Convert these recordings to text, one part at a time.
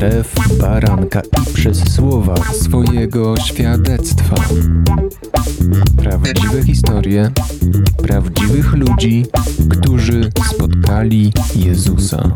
krew baranka i przez słowa swojego świadectwa. Prawdziwe historie prawdziwych ludzi, którzy spotkali Jezusa.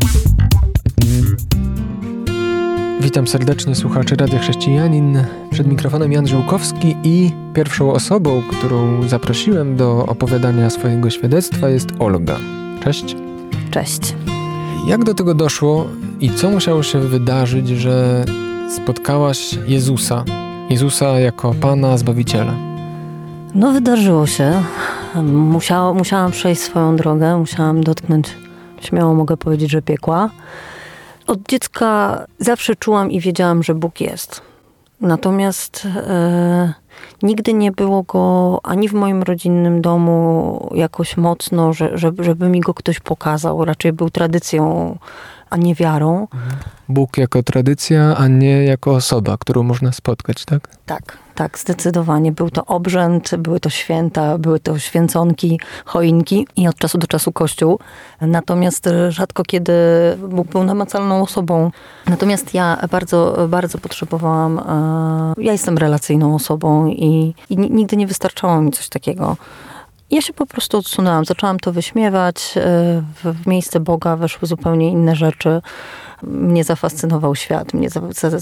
Witam serdecznie słuchaczy Radia Chrześcijanin. Przed mikrofonem Jan Żółkowski i pierwszą osobą, którą zaprosiłem do opowiadania swojego świadectwa jest Olga. Cześć. Cześć. Jak do tego doszło i co musiało się wydarzyć, że spotkałaś Jezusa? Jezusa jako Pana, Zbawiciela. No wydarzyło się. Musiałam przejść swoją drogę, musiałam dotknąć, śmiało mogę powiedzieć, że piekła. Od dziecka zawsze czułam i wiedziałam, że Bóg jest. Natomiast nigdy nie było Go ani w moim rodzinnym domu jakoś mocno, żeby mi Go ktoś pokazał. Raczej był tradycją, a nie wiarą. Bóg jako tradycja, a nie jako osoba, którą można spotkać, tak? Tak, zdecydowanie. Był to obrzęd, były to święta, były to święconki, choinki i od czasu do czasu Kościół. Natomiast rzadko kiedy Bóg był namacalną osobą. Natomiast ja bardzo, bardzo potrzebowałam, ja jestem relacyjną osobą i nigdy nie wystarczało mi coś takiego. Ja się po prostu odsunęłam, zaczęłam to wyśmiewać, w miejsce Boga weszły zupełnie inne rzeczy. Mnie zafascynował świat, mnie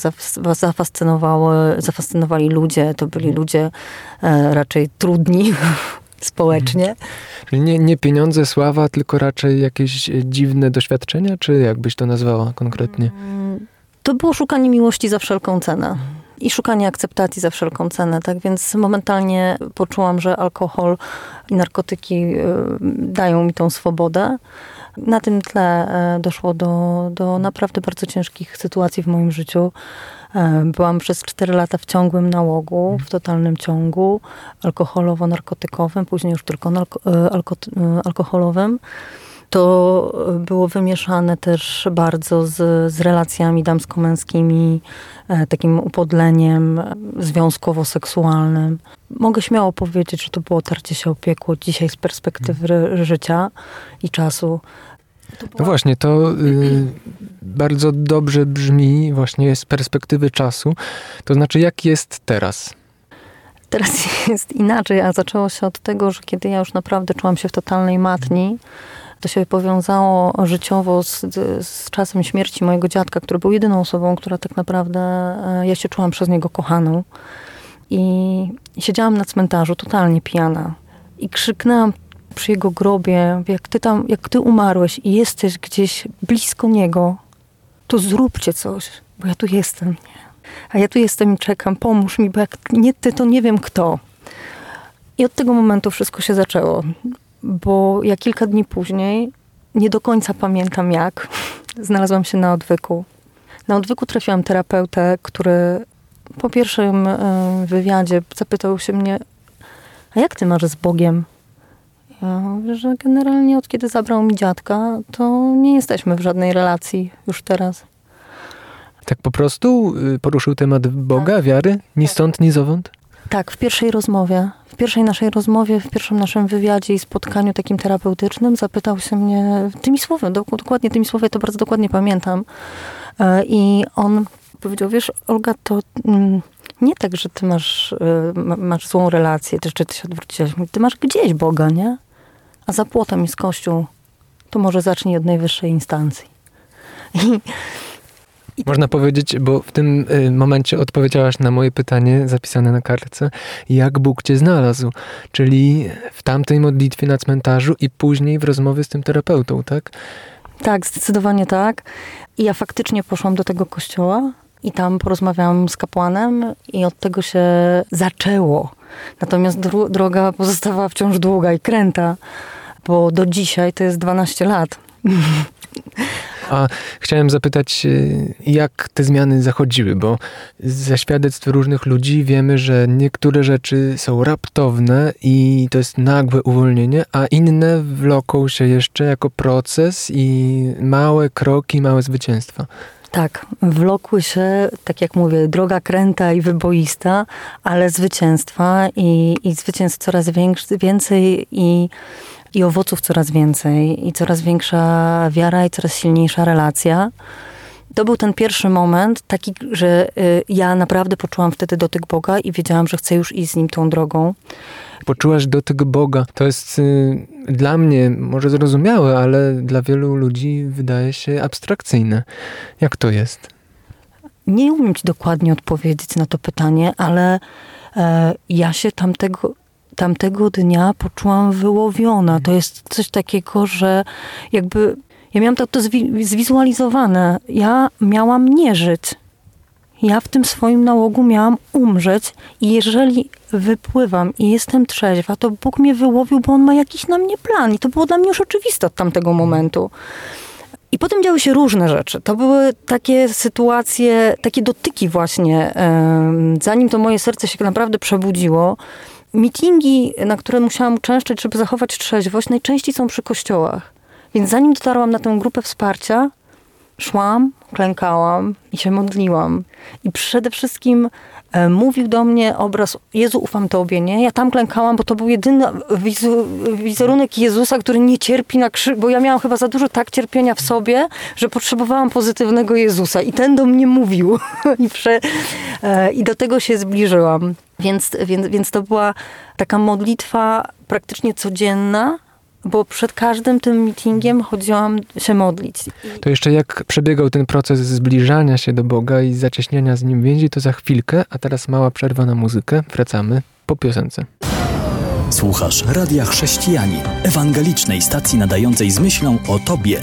zafascynowali ludzie, to byli ludzie raczej trudni społecznie. Czyli nie pieniądze, sława, tylko raczej jakieś dziwne doświadczenia, czy jak byś to nazwała konkretnie? To było szukanie miłości za wszelką cenę. I szukanie akceptacji za wszelką cenę. Tak więc momentalnie poczułam, że alkohol i narkotyki dają mi tą swobodę. Na tym tle doszło do naprawdę bardzo ciężkich sytuacji w moim życiu. Byłam przez 4 lata w ciągłym nałogu, w totalnym ciągu alkoholowo-narkotykowym, później już tylko alkoholowym. To było wymieszane też bardzo z relacjami damsko-męskimi, takim upodleniem związkowo-seksualnym. Mogę śmiało powiedzieć, że to było tarcie się o piekło dzisiaj z perspektywy życia i czasu. No właśnie, to bardzo dobrze brzmi właśnie z perspektywy czasu. To znaczy, jak jest teraz? Teraz jest inaczej, a zaczęło się od tego, że kiedy ja już naprawdę czułam się w totalnej matni, to się powiązało życiowo z czasem śmierci mojego dziadka, który był jedyną osobą, która tak naprawdę, ja się czułam przez niego kochaną. I siedziałam na cmentarzu, totalnie pijana. I krzyknęłam przy jego grobie, jak ty umarłeś i jesteś gdzieś blisko niego, to zróbcie coś, bo ja tu jestem. A ja tu jestem i czekam, pomóż mi, bo jak nie ty, to nie wiem kto. I od tego momentu wszystko się zaczęło. Bo ja kilka dni później, nie do końca pamiętam jak, znalazłam się na odwyku. Na odwyku trafiłam terapeutę, który po pierwszym wywiadzie zapytał się mnie, a jak ty masz z Bogiem? Ja mówię, że generalnie od kiedy zabrał mi dziadka, to nie jesteśmy w żadnej relacji już teraz. Tak po prostu poruszył temat Boga, wiary? Ni stąd, ni zowąd? Tak, w pierwszej naszej rozmowie, w pierwszym naszym wywiadzie i spotkaniu takim terapeutycznym zapytał się mnie tymi słowy, dokładnie tymi słowy, to bardzo dokładnie pamiętam. I on powiedział, wiesz, Olga, to nie tak, że ty masz złą relację, czy ty się odwróciłaś, ty masz gdzieś Boga, nie? A za płotem jest Kościół, to może zacznij od najwyższej instancji. Można powiedzieć, bo w tym momencie odpowiedziałaś na moje pytanie zapisane na kartce, jak Bóg cię znalazł, czyli w tamtej modlitwie na cmentarzu i później w rozmowie z tym terapeutą, tak? Tak, zdecydowanie tak. I ja faktycznie poszłam do tego kościoła i tam porozmawiałam z kapłanem i od tego się zaczęło. Natomiast droga pozostawała wciąż długa i kręta, bo do dzisiaj to jest 12 lat. A chciałem zapytać, jak te zmiany zachodziły, bo ze świadectw różnych ludzi wiemy, że niektóre rzeczy są raptowne i to jest nagłe uwolnienie, a inne wloką się jeszcze jako proces i małe kroki, małe zwycięstwa. Tak, wlokły się, tak jak mówię, droga kręta i wyboista, ale zwycięstwa i zwycięstw coraz więcej i owoców coraz więcej i coraz większa wiara i coraz silniejsza relacja. to był ten pierwszy moment taki, że ja naprawdę poczułam wtedy dotyk Boga i wiedziałam, że chcę już iść z Nim tą drogą. Poczułaś dotyk Boga. To jest dla mnie może zrozumiałe, ale dla wielu ludzi wydaje się abstrakcyjne. Jak to jest? Nie umiem ci dokładnie odpowiedzieć na to pytanie, ale ja się tamtego dnia poczułam wyłowiona. To jest coś takiego, że jakby ja miałam to zwizualizowane. Ja miałam nie żyć. Ja w tym swoim nałogu miałam umrzeć i jeżeli wypływam i jestem trzeźwa, to Bóg mnie wyłowił, bo On ma jakiś na mnie plan. I to było dla mnie już oczywiste od tamtego momentu. I potem działy się różne rzeczy. To były takie sytuacje, takie dotyki właśnie, zanim to moje serce się naprawdę przebudziło. Meetingi, na które musiałam uczęszczać, żeby zachować trzeźwość, najczęściej są przy kościołach. Więc zanim dotarłam na tę grupę wsparcia, szłam, klękałam i się modliłam. I przede wszystkim mówił do mnie obraz Jezu, ufam Tobie, nie? Ja tam klękałam, bo to był jedyny wizerunek Jezusa, który nie cierpi na krzyż, bo ja miałam chyba za dużo tak cierpienia w sobie, że potrzebowałam pozytywnego Jezusa. I ten do mnie mówił. I do tego się zbliżyłam. Więc to była taka modlitwa praktycznie codzienna, bo przed każdym tym meetingiem chodziłam się modlić. To jeszcze jak przebiegał ten proces zbliżania się do Boga i zacieśniania z Nim więzi, to za chwilkę, a teraz mała przerwa na muzykę. Wracamy po piosence. Słuchasz Radia Chrześcijanin, ewangelicznej stacji nadającej z myślą o Tobie.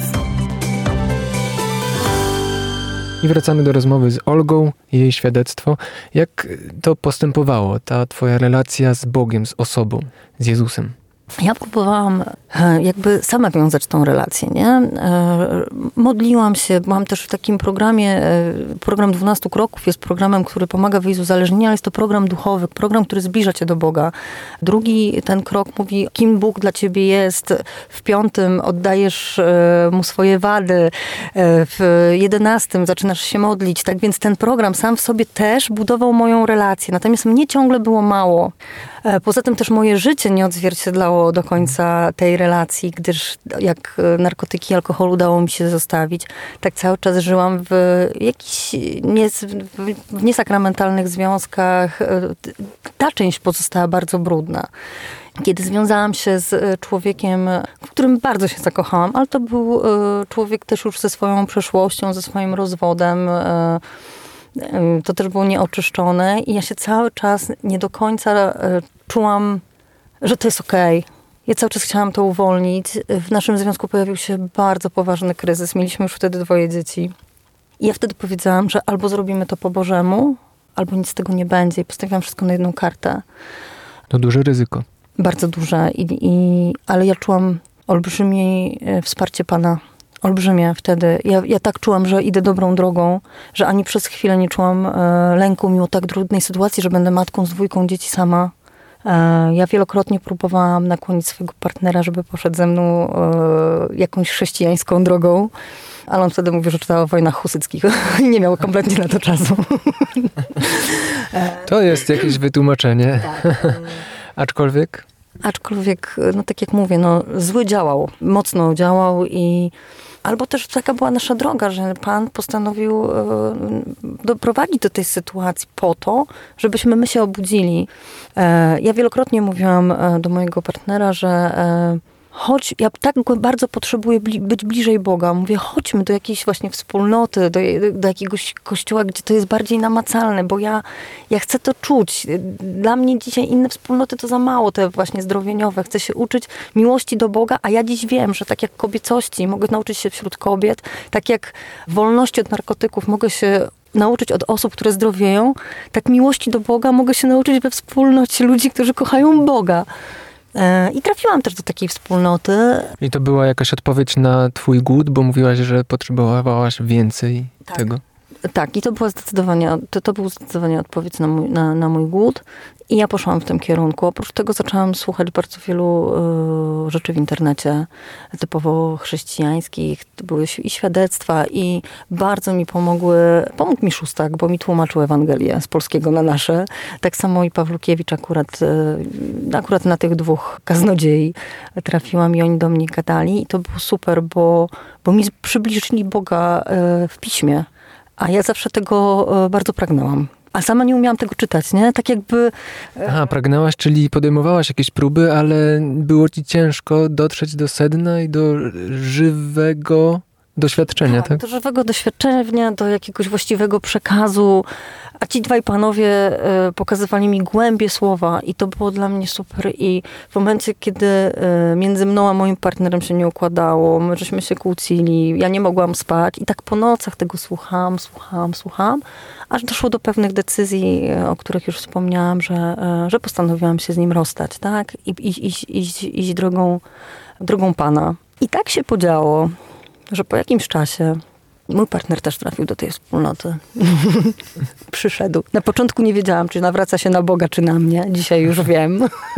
I wracamy do rozmowy z Olgą i jej świadectwo. Jak to postępowało, ta twoja relacja z Bogiem, z osobą, z Jezusem? Ja próbowałam jakby sama wiązać tą relację, nie? Modliłam się, byłam też w takim programie, program 12 kroków jest programem, który pomaga wyjść z uzależnienia, ale jest to program duchowy, program, który zbliża cię do Boga. Drugi ten krok mówi, kim Bóg dla ciebie jest. W 5 oddajesz Mu swoje wady. W 11 zaczynasz się modlić. Tak więc ten program sam w sobie też budował moją relację. Natomiast mnie ciągle było mało. Poza tym też moje życie nie odzwierciedlało do końca tej relacji, gdyż jak narkotyki i alkohol udało mi się zostawić, tak cały czas żyłam w jakichś w niesakramentalnych związkach. Ta część pozostała bardzo brudna. Kiedy związałam się z człowiekiem, w którym bardzo się zakochałam, ale to był człowiek też już ze swoją przeszłością, ze swoim rozwodem, to też było nieoczyszczone i ja się cały czas nie do końca czułam, że to jest okej. Ja cały czas chciałam to uwolnić. W naszym związku pojawił się bardzo poważny kryzys. Mieliśmy już wtedy 2 dzieci. I ja wtedy powiedziałam, że albo zrobimy to po Bożemu, albo nic z tego nie będzie. I postawiłam wszystko na jedną kartę. To duże ryzyko. Bardzo duże. Ale ja czułam olbrzymie wsparcie Pana. Olbrzymie wtedy. Ja tak czułam, że idę dobrą drogą, że ani przez chwilę nie czułam lęku mimo tak trudnej sytuacji, że będę matką z 2 dzieci sama. Ja wielokrotnie próbowałam nakłonić swojego partnera, żeby poszedł ze mną jakąś chrześcijańską drogą, ale on wtedy mówił, że czytał o wojnach husyckich i nie miał kompletnie na to czasu. To jest jakieś wytłumaczenie. Aczkolwiek, no tak jak mówię, zły działał, mocno działał i albo też taka była nasza droga, że Pan postanowił doprowadzić do tej sytuacji po to, żebyśmy my się obudzili. Ja wielokrotnie mówiłam do mojego partnera, że chodź, ja tak bardzo potrzebuję być bliżej Boga. Mówię, chodźmy do jakiejś właśnie wspólnoty, do jakiegoś kościoła, gdzie to jest bardziej namacalne, bo ja chcę to czuć. Dla mnie dzisiaj inne wspólnoty to za mało, te właśnie zdrowieniowe. Chcę się uczyć miłości do Boga, a ja dziś wiem, że tak jak kobiecości mogę nauczyć się wśród kobiet, tak jak wolności od narkotyków mogę się nauczyć od osób, które zdrowieją, tak miłości do Boga mogę się nauczyć we wspólnocie ludzi, którzy kochają Boga. I trafiłam też do takiej wspólnoty. I to była jakaś odpowiedź na twój głód, bo mówiłaś, że potrzebowałaś więcej tego. Tak, i to była to był zdecydowanie odpowiedź na mój głód. I ja poszłam w tym kierunku. Oprócz tego zaczęłam słuchać bardzo wielu rzeczy w internecie, typowo chrześcijańskich. Były i świadectwa i bardzo mi pomógł mi Szóstak, bo mi tłumaczył Ewangelię z polskiego na nasze. Tak samo i Pawlukiewicz akurat na tych 2 kaznodziei trafiłam i oni do mnie gadali. I to było super, bo mi przybliżyli Boga w piśmie. A ja zawsze tego bardzo pragnęłam. A sama nie umiałam tego czytać, nie? Tak jakby... Aha, pragnęłaś, czyli podejmowałaś jakieś próby, ale było ci ciężko dotrzeć do sedna i do żywego doświadczenia, tak? Do żywego doświadczenia, do jakiegoś właściwego przekazu. A ci dwaj panowie pokazywali mi głębie słowa i to było dla mnie super. I w momencie, kiedy między mną a moim partnerem się nie układało, my żeśmy się kłócili, ja nie mogłam spać i tak po nocach tego słuchałam, aż doszło do pewnych decyzji, o których już wspomniałam, że postanowiłam się z nim rozstać, tak? I iść drogą Pana. I tak się podziało, że po jakimś czasie mój partner też trafił do tej wspólnoty. Przyszedł. Na początku nie wiedziałam, czy nawraca się na Boga, czy na mnie. Dzisiaj już wiem.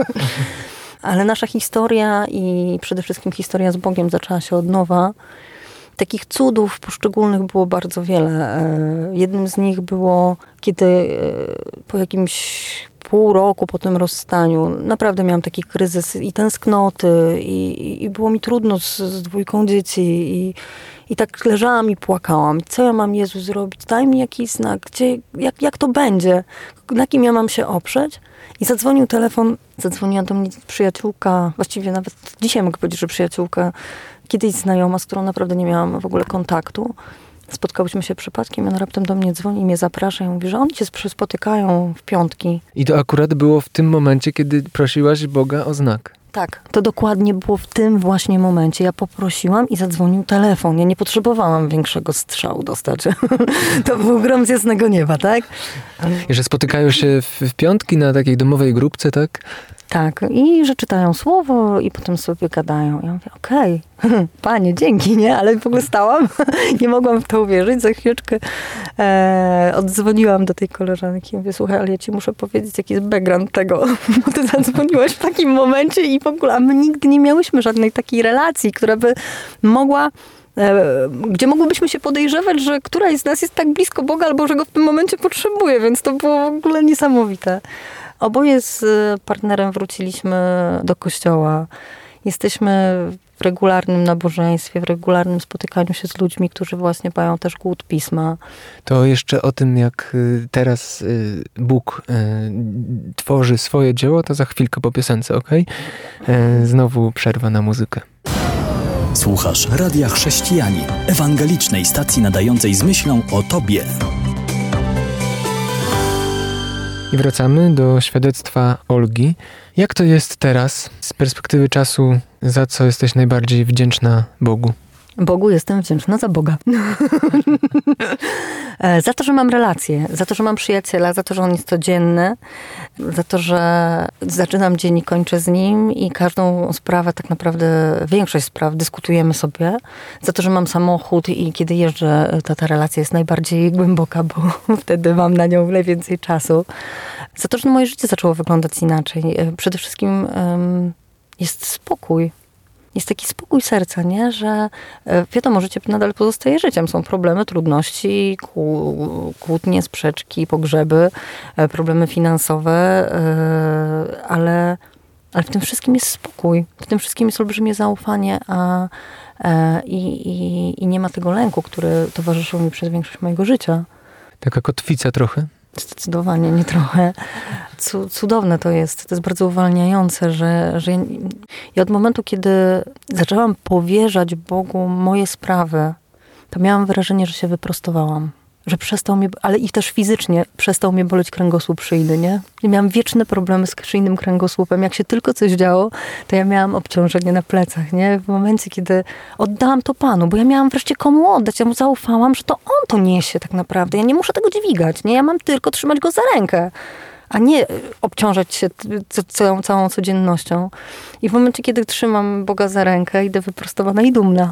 Ale nasza historia i przede wszystkim historia z Bogiem zaczęła się od nowa. Takich cudów poszczególnych było bardzo wiele. Jednym z nich było, kiedy po jakimś pół roku po tym rozstaniu naprawdę miałam taki kryzys i tęsknoty i było mi trudno z dwójką dzieci i tak leżałam i płakałam. Co ja mam, Jezu, zrobić? Daj mi jakiś znak. Jak to będzie? Na kim ja mam się oprzeć? I zadzwonił telefon. Zadzwoniła do mnie przyjaciółka, właściwie nawet dzisiaj mogę powiedzieć, że przyjaciółka, kiedyś znajoma, z którą naprawdę nie miałam w ogóle kontaktu. Spotkałyśmy się przypadkiem i on raptem do mnie dzwoni i mnie zaprasza i mówi, że oni cię spotykają w piątki. I to akurat było w tym momencie, kiedy prosiłaś Boga o znak. Tak, to dokładnie było w tym właśnie momencie. Ja poprosiłam i zadzwonił telefon. Ja nie potrzebowałam większego strzału dostać. To był grom z jasnego nieba, tak? I że spotykają się w piątki na takiej domowej grupce, tak? Tak, i że czytają słowo i potem sobie gadają. Ja mówię, okej, Panie, dzięki, nie? Ale w ogóle stałam, nie mogłam w to uwierzyć. Za chwileczkę oddzwoniłam do tej koleżanki. Mówię, słuchaj, ale ja ci muszę powiedzieć, jaki jest background tego, bo ty zadzwoniłaś w takim momencie i w ogóle, a my nigdy nie miałyśmy żadnej takiej relacji, która by mogła, gdzie mogłybyśmy się podejrzewać, że któraś z nas jest tak blisko Boga, albo że go w tym momencie potrzebuje, więc to było w ogóle niesamowite. Oboje z partnerem wróciliśmy do kościoła. Jesteśmy w regularnym nabożeństwie, w regularnym spotykaniu się z ludźmi, którzy właśnie mają też głód Pisma. To jeszcze o tym, jak teraz Bóg tworzy swoje dzieło, to za chwilkę po piosence, okej? Znowu przerwa na muzykę. Słuchasz Radia Chrześcijani, ewangelicznej stacji nadającej z myślą o Tobie. I wracamy do świadectwa Olgi. Jak to jest teraz, z perspektywy czasu, za co jesteś najbardziej wdzięczna Bogu? Bogu jestem wdzięczna za Boga. Za to, że mam relacje, za to, że mam przyjaciela, za to, że on jest codzienny, za to, że zaczynam dzień i kończę z nim i każdą sprawę, tak naprawdę większość spraw dyskutujemy sobie, za to, że mam samochód i kiedy jeżdżę, to ta relacja jest najbardziej głęboka, bo wtedy mam na nią najwięcej czasu. Za to, że moje życie zaczęło wyglądać inaczej. Przede wszystkim jest spokój. Jest taki spokój serca, nie? Że wiadomo, życie nadal pozostaje życiem. Są problemy, trudności, kłótnie, sprzeczki, pogrzeby, problemy finansowe, ale w tym wszystkim jest spokój. W tym wszystkim jest olbrzymie zaufanie, i nie ma tego lęku, który towarzyszył mi przez większość mojego życia. Taka kotwica trochę? Zdecydowanie, nie trochę. Cudowne to jest. To jest bardzo uwalniające, że ja od momentu, kiedy zaczęłam powierzać Bogu moje sprawy, to miałam wrażenie, że się wyprostowałam. Że przestał mnie, ale i też fizycznie przestał mnie boleć kręgosłup szyjny, nie? Ja miałam wieczne problemy z szyjnym kręgosłupem. Jak się tylko coś działo, to ja miałam obciążenie na plecach, nie? W momencie, kiedy oddałam to Panu, bo ja miałam wreszcie komu oddać. Ja mu zaufałam, że to On to niesie tak naprawdę. Ja nie muszę tego dźwigać, nie? Ja mam tylko trzymać go za rękę, a nie obciążać się całą codziennością. I w momencie, kiedy trzymam Boga za rękę, idę wyprostowana i dumna.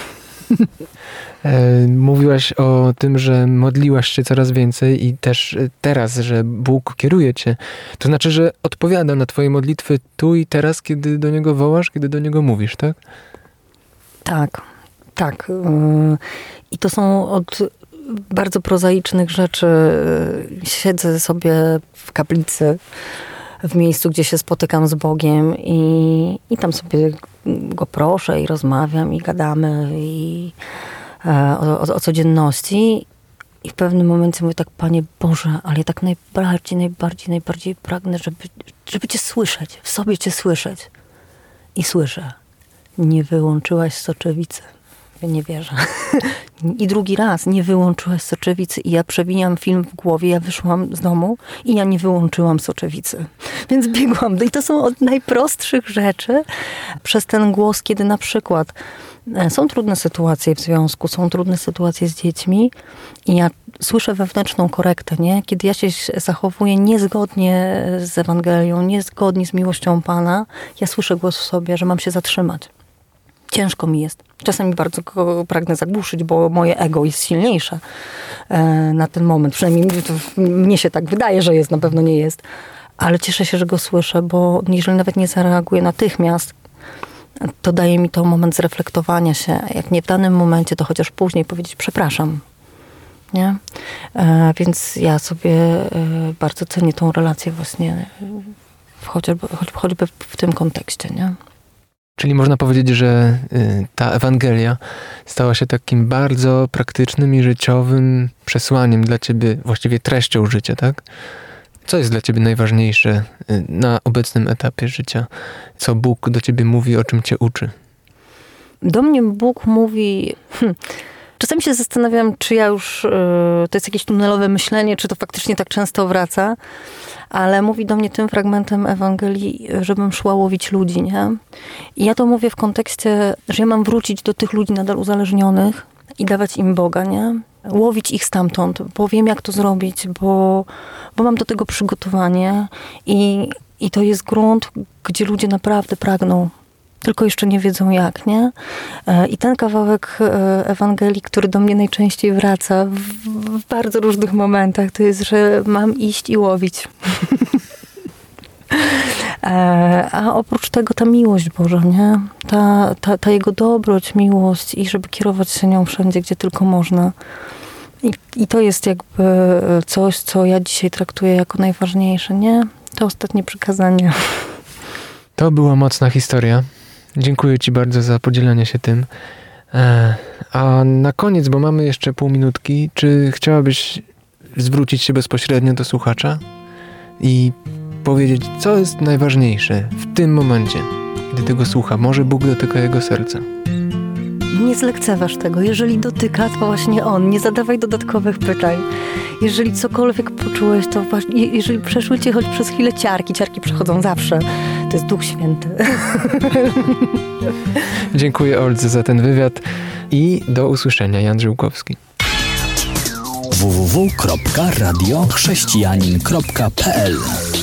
Mówiłaś o tym, że modliłaś się coraz więcej i też teraz, że Bóg kieruje cię. To znaczy, że odpowiada na twoje modlitwy tu i teraz, kiedy do Niego wołasz, kiedy do Niego mówisz, tak? Tak. I to są od bardzo prozaicznych rzeczy. Siedzę sobie w kaplicy, w miejscu, gdzie się spotykam z Bogiem i tam sobie Go proszę i rozmawiam i gadamy o codzienności. I w pewnym momencie mówię tak, Panie Boże, ale ja tak najbardziej pragnę, żeby Cię słyszeć, w sobie Cię słyszeć. I słyszę, nie wyłączyłaś soczewicy. Ja nie wierzę. I drugi raz, nie wyłączyłaś soczewicy. I ja przewijam film w głowie, ja wyszłam z domu i ja nie wyłączyłam soczewicy. Więc biegłam. I to są od najprostszych rzeczy przez ten głos, kiedy na przykład są trudne sytuacje w związku, są trudne sytuacje z dziećmi i ja słyszę wewnętrzną korektę, nie? Kiedy ja się zachowuję niezgodnie z Ewangelią, niezgodnie z miłością Pana, ja słyszę głos w sobie, że mam się zatrzymać. Ciężko mi jest. Czasami bardzo go pragnę zagłuszyć, bo moje ego jest silniejsze na ten moment. Przynajmniej mnie się tak wydaje, że jest, na pewno nie jest. Ale cieszę się, że go słyszę, bo jeżeli nawet nie zareaguję natychmiast, to daje mi to moment zreflektowania się. Jak nie w danym momencie, to chociaż później powiedzieć przepraszam. Nie? Więc ja sobie bardzo cenię tą relację właśnie choćby w tym kontekście. Nie? Czyli można powiedzieć, że ta Ewangelia stała się takim bardzo praktycznym i życiowym przesłaniem dla ciebie, właściwie treścią życia, tak? Co jest dla ciebie najważniejsze na obecnym etapie życia? Co Bóg do ciebie mówi, o czym cię uczy? Do mnie Bóg mówi... Czasami się zastanawiam, czy ja już... To jest jakieś tunelowe myślenie, czy to faktycznie tak często wraca, ale mówi do mnie tym fragmentem Ewangelii, żebym szła łowić ludzi, nie? I ja to mówię w kontekście, że ja mam wrócić do tych ludzi nadal uzależnionych i dawać im Boga, nie? Łowić ich stamtąd, bo wiem, jak to zrobić, bo mam do tego przygotowanie i to jest grunt, gdzie ludzie naprawdę pragną, tylko jeszcze nie wiedzą jak, nie? I ten kawałek Ewangelii, który do mnie najczęściej wraca w bardzo różnych momentach, to jest, że mam iść i łowić. A oprócz tego ta miłość Boża, nie? Ta Jego dobroć, miłość i żeby kierować się nią wszędzie, gdzie tylko można. I to jest jakby coś, co ja dzisiaj traktuję jako najważniejsze, nie? To ostatnie przykazanie. To była mocna historia. Dziękuję ci bardzo za podzielenie się tym. A na koniec, bo mamy jeszcze pół minutki, czy chciałabyś zwrócić się bezpośrednio do słuchacza i powiedzieć, co jest najważniejsze w tym momencie, gdy tego słucha? Może Bóg dotyka jego serca. Nie zlekceważ tego. Jeżeli dotyka, to właśnie On. Nie zadawaj dodatkowych pytań. Jeżeli cokolwiek poczułeś, to właśnie, jeżeli przeszły cię choć przez chwilę ciarki przechodzą zawsze. To jest Duch Święty. Dziękuję Oldze za ten wywiad i do usłyszenia. Jan Żyłkowski. www.radiochrześcijanin.pl